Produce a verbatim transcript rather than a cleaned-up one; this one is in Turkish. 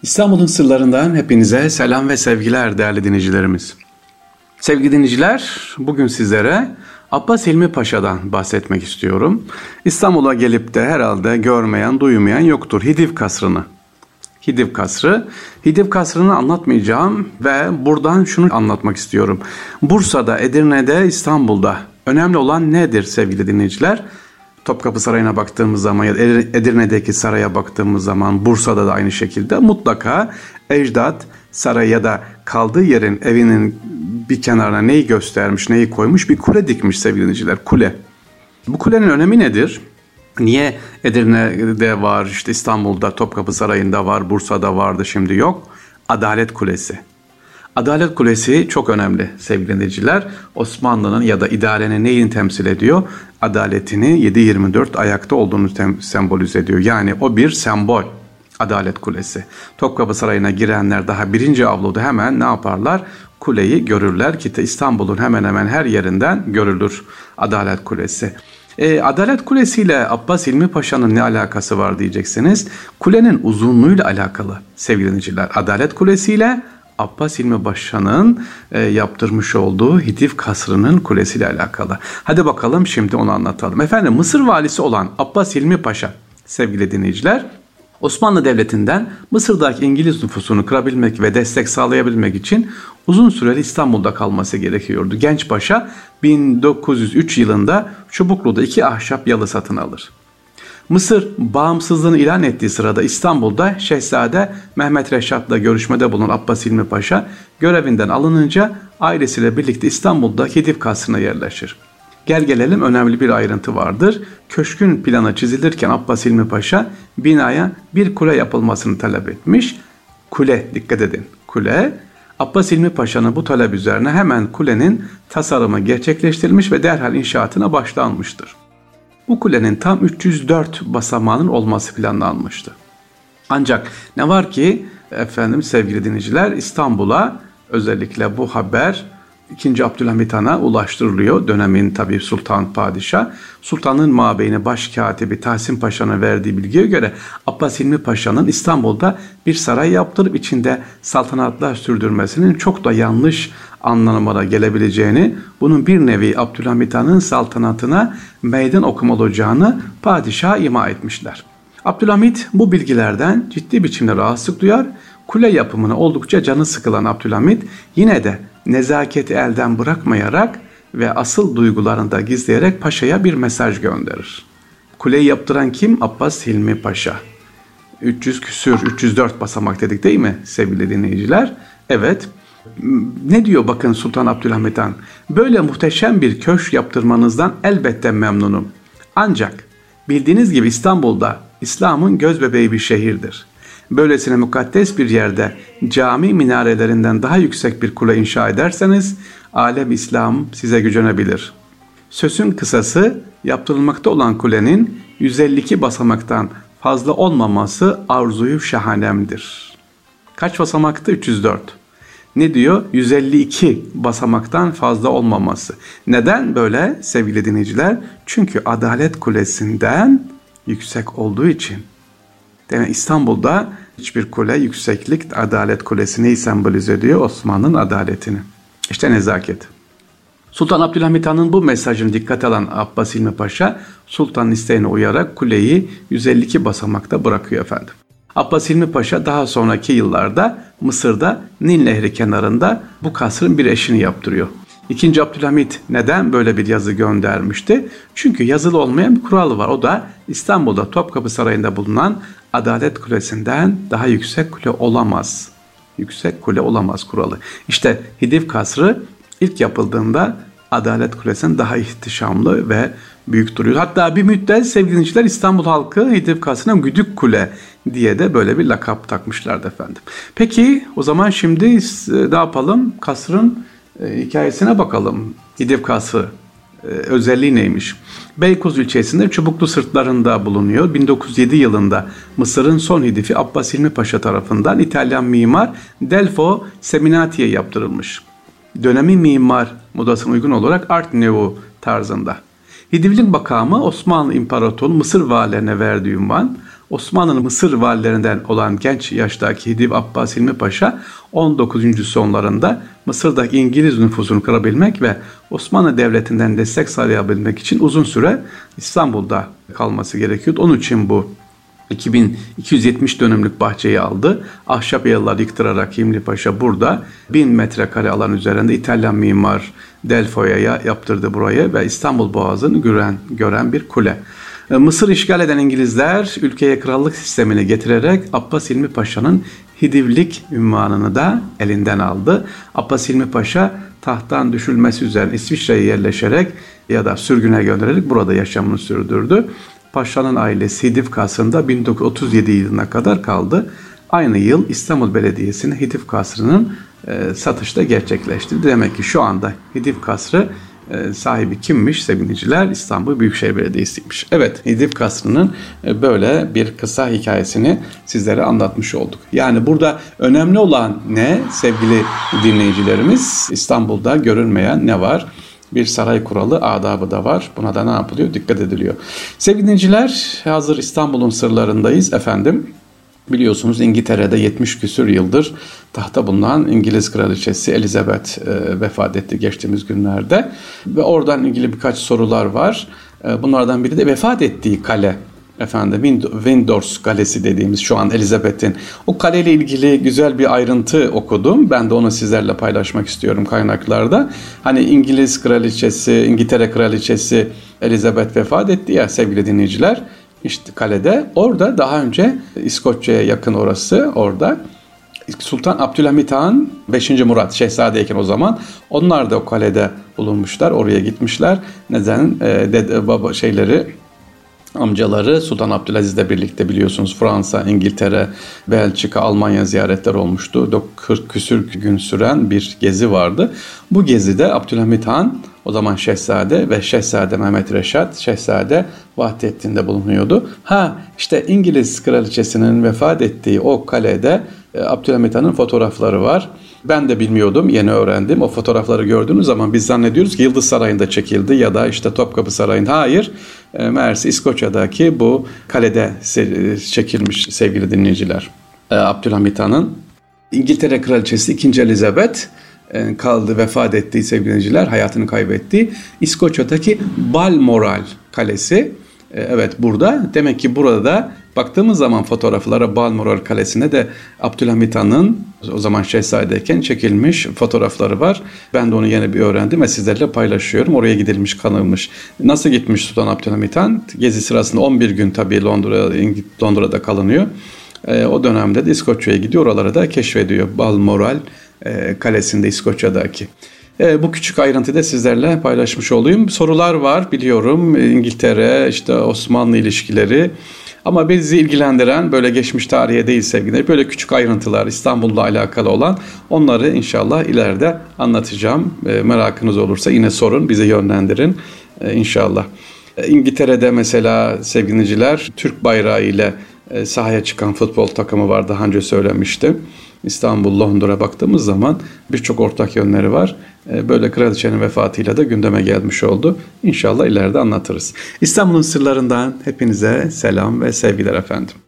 İstanbul'un sırlarından hepinize selam ve sevgiler değerli dinleyicilerimiz. Sevgili dinleyiciler, bugün sizlere Abbas Hilmi Paşa'dan bahsetmek istiyorum. İstanbul'a gelip de herhalde görmeyen, duymayan yoktur Hidiv Kasrı'nı. Hidiv Kasrı, Hidiv Kasrı'nı anlatmayacağım ve buradan şunu anlatmak istiyorum. Bursa'da, Edirne'de, İstanbul'da önemli olan nedir sevgili dinleyiciler? Topkapı Sarayı'na baktığımız zaman ya da Edirne'deki saraya baktığımız zaman, Bursa'da da aynı şekilde mutlaka ecdat sarayı ya da kaldığı yerin, evinin bir kenarına neyi göstermiş, neyi koymuş? Bir kule dikmiş sevgili dinleyiciler, kule. Bu kulenin önemi nedir? Niye Edirne'de var, işte İstanbul'da, Topkapı Sarayı'nda var, Bursa'da vardı, şimdi yok? Adalet Kulesi. Adalet Kulesi çok önemli sevgili dinleyiciler. Osmanlı'nın ya da idarenin neyini temsil ediyor? Adaletini yedi yirmi dört ayakta olduğunu tem- sembolize ediyor. Yani o bir sembol. Adalet Kulesi. Topkapı Sarayı'na girenler daha birinci avluda hemen ne yaparlar? Kuleyi görürler ki İstanbul'un hemen hemen her yerinden görülür Adalet Kulesi. E, Adalet Kulesi ile Abbas Hilmi Paşa'nın ne alakası var diyeceksiniz. Kulenin uzunluğuyla alakalı sevgili dinleyiciler. Adalet Kulesi ile Abbas Hilmi Paşa'nın e, yaptırmış olduğu Hidiv Kasrı'nın kulesiyle alakalı. Hadi bakalım şimdi onu anlatalım. Efendim, Mısır valisi olan Abbas Hilmi Paşa sevgili dinleyiciler, Osmanlı Devleti'nden Mısır'daki İngiliz nüfusunu kırabilmek ve destek sağlayabilmek için uzun süreli İstanbul'da kalması gerekiyordu. Genç paşa bin dokuz yüz üç yılında Çubuklu'da iki ahşap yalı satın alır. Mısır bağımsızlığını ilan ettiği sırada İstanbul'da Şehzade Mehmet Reşat'la görüşmede bulunan Abbas Hilmi Paşa görevinden alınınca ailesiyle birlikte İstanbul'da Hidiv Kasrı'na yerleşir. Gel gelelim önemli bir ayrıntı vardır. Köşkün planı çizilirken Abbas Hilmi Paşa binaya bir kule yapılmasını talep etmiş. Kule, dikkat edin, kule. Abbas Hilmi Paşa'nın bu talep üzerine hemen kulenin tasarımı gerçekleştirilmiş ve derhal inşaatına başlanmıştır. Bu kulenin tam üç yüz dört basamağının olması planlanmıştı. Ancak ne var ki efendim sevgili dinleyiciler, İstanbul'a özellikle bu haber ikinci. Abdülhamit Han'a ulaştırılıyor. Dönemin tabii Sultan Padişah. Sultanın mabeyni Başkatibi Tahsin Paşa'nın verdiği bilgiye göre Abbas Hilmi Paşa'nın İstanbul'da bir saray yaptırıp içinde saltanatlar sürdürmesinin çok da yanlış anlamına gelebileceğini, bunun bir nevi Abdülhamit Han'ın saltanatına meydan okuma olacağını padişaha ima etmişler. Abdülhamit bu bilgilerden ciddi biçimde rahatsızlık duyar. Kule yapımına oldukça canı sıkılan Abdülhamit yine de nezaketi elden bırakmayarak ve asıl duygularını da gizleyerek paşaya bir mesaj gönderir. Kuleyi yaptıran kim? Abbas Hilmi Paşa. üç yüz küsür, üç yüz dört basamak dedik değil mi sevgili dinleyiciler? Evet. Ne diyor bakın Sultan Abdülhamit Han? Böyle muhteşem bir köşk yaptırmanızdan elbette memnunum. Ancak bildiğiniz gibi İstanbul'da İslam'ın gözbebeği bir şehirdir. Böylesine mukaddes bir yerde cami minarelerinden daha yüksek bir kule inşa ederseniz alem İslam size gücenebilir. Sözün kısası, yaptırılmakta olan kulenin yüz elli iki basamaktan fazla olmaması arzuyu şahanemdir. Kaç basamaktı? üç yüz dört. Ne diyor? yüz elli iki basamaktan fazla olmaması. Neden böyle sevgili dinleyiciler? Çünkü Adalet Kulesi'nden yüksek olduğu için. Demek İstanbul'da hiçbir kule yükseklik Adalet Kulesi'ni sembolize ediyor, Osmanlı'nın adaletini. İşte nezaket. Sultan Abdülhamit Han'ın bu mesajını dikkate alan Abbas Hilmi Paşa, Sultan'ın isteğine uyarak kuleyi yüz elli iki basamakta bırakıyor efendim. Abbas Hilmi Paşa daha sonraki yıllarda Mısır'da Nil Nehri kenarında bu kasrın bir eşini yaptırıyor. İkinci. Abdülhamit neden böyle bir yazı göndermişti? Çünkü yazılı olmayan bir kural var. O da İstanbul'da Topkapı Sarayı'nda bulunan Adalet Kulesi'nden daha yüksek kule olamaz. Yüksek kule olamaz kuralı. İşte Hidiv Kasrı ilk yapıldığında Adalet Kulesi'nden daha ihtişamlı ve büyük duruyor. Hatta bir müddet sevgili dinleyiciler İstanbul halkı Hidiv Kasrı'na Güdük Kule diye de böyle bir lakap takmışlardı efendim. Peki o zaman şimdi ne yapalım? Kasrın e, hikayesine bakalım. Hidiv Kasrı e, özelliği neymiş? Beykoz ilçesinde Çubuklu sırtlarında bulunuyor. bin dokuz yüz yedi yılında Mısır'ın son hidifi Abbas Hilmi Paşa tarafından İtalyan mimar Delfo Seminati'ye yaptırılmış. Dönemin mimar modasına uygun olarak Art Nouveau tarzında. Hidivlik makamı Osmanlı İmparatoru Mısır valilerine verdiği ünvan, Osmanlı'nın Mısır valilerinden olan genç yaştaki Hidiv Abbas Hilmi Paşa on dokuzuncu sonlarında Mısır'daki İngiliz nüfusunu kırabilmek ve Osmanlı Devleti'nden destek sağlayabilmek için uzun süre İstanbul'da kalması gerekiyordu. Onun için bu iki bin iki yüz yetmiş dönümlük bahçeyi aldı. Ahşap yalılar yıktırarak Hilmi Paşa burada bin metrekare alan üzerinde İtalyan mimar Delfoya'ya yaptırdı burayı ve İstanbul Boğazı'nı gören, gören bir kule. Mısır işgal eden İngilizler ülkeye krallık sistemini getirerek Abbas Hilmi Paşa'nın Hidivlik ünvanını da elinden aldı. Abbas Hilmi Paşa tahttan düşülmesi üzerine İsviçre'ye yerleşerek ya da sürgüne göndererek burada yaşamını sürdürdü. Paşa'nın ailesi Hidiv Kasrı'nda bin dokuz yüz otuz yedi yılına kadar kaldı. Aynı yıl İstanbul Belediyesi'nin Hidiv Kasrı'nın e, satışta gerçekleştirdi. Demek ki şu anda Hidiv Kasrı e, sahibi kimmiş sevgiliciler? İstanbul Büyükşehir Belediyesi'ymiş. Evet, Hidiv Kasrı'nın e, böyle bir kısa hikayesini sizlere anlatmış olduk. Yani burada önemli olan ne sevgili dinleyicilerimiz? İstanbul'da görünmeyen ne var? Bir saray kuralı, adabı da var. Buna da ne yapılıyor? Dikkat ediliyor. Sevgili dinleyiciler, hazır İstanbul'un sırlarındayız efendim. Biliyorsunuz İngiltere'de yetmiş küsür yıldır tahta bulunan İngiliz kraliçesi Elizabeth e, vefat etti geçtiğimiz günlerde. Ve oradan ilgili birkaç sorular var. E, bunlardan biri de vefat ettiği kale. Efendim Windsor Kalesi dediğimiz şu an Elizabeth'in. O kaleyle ilgili güzel bir ayrıntı okudum. Ben de onu sizlerle paylaşmak istiyorum kaynaklarda. Hani İngiliz kraliçesi, İngiltere kraliçesi Elizabeth vefat etti ya sevgili dinleyiciler. İşte kalede orada daha önce İskoçya'ya yakın orası orada. Sultan Abdülhamit Han beşinci Murat şehzadeyken o zaman onlar da o kalede bulunmuşlar. Oraya gitmişler. Neden? Ee, dede, baba şeyleri amcaları Sultan Abdülaziz'le birlikte biliyorsunuz Fransa, İngiltere, Belçika, Almanya ziyaretler olmuştu. kırk küsür gün süren bir gezi vardı. Bu gezide Abdülhamit Han o zaman Şehzade ve Şehzade Mehmet Reşat, Şehzade Vahdettin'de bulunuyordu. Ha işte İngiliz kraliçesinin vefat ettiği o kalede Abdülhamit Han'ın fotoğrafları var. Ben de bilmiyordum, yeni öğrendim. O fotoğrafları gördüğünüz zaman biz zannediyoruz ki Yıldız Sarayı'nda çekildi ya da işte Topkapı Sarayı'nda. Hayır, e, meğerse İskoçya'daki bu kalede çekilmiş sevgili dinleyiciler. E, Abdülhamit Han'ın İngiltere Kraliçesi ikinci. Elizabeth e, kaldı, vefat ettiği sevgili dinleyiciler, hayatını kaybetti. İskoçya'daki Balmoral Kalesi. Evet burada. Demek ki burada da baktığımız zaman fotoğraflara Balmoral Kalesi'ne de Abdülhamit Han'ın o zaman şehzadeyken çekilmiş fotoğrafları var. Ben de onu yeni bir öğrendim ve sizlerle paylaşıyorum. Oraya gidilmiş, kalınmış. Nasıl gitmiş Sultan Abdülhamit Han? Gezi sırasında on bir gün tabii Londra, Londra'da kalınıyor. E, o dönemde de İskoçya'ya gidiyor. Oraları da keşfediyor. Balmoral e, Kalesi'nde İskoçya'daki. E, bu küçük ayrıntıyı da sizlerle paylaşmış olayım. Sorular var biliyorum. İngiltere, işte Osmanlı ilişkileri. Ama bizi ilgilendiren böyle geçmiş tarihe değil sevgiler. Böyle küçük ayrıntılar İstanbul'la alakalı olan onları inşallah ileride anlatacağım. E, merakınız olursa yine sorun, bize yönlendirin e, inşallah. E, İngiltere'de mesela sevgiliciler Türk bayrağı ile e, sahaya çıkan futbol takımı var, daha önce söylemiştim. İstanbul, Londra baktığımız zaman birçok ortak yönleri var. Böyle kraliçenin vefatıyla da gündeme gelmiş oldu. İnşallah ileride anlatırız. İstanbul'un sırlarından hepinize selam ve sevgiler efendim.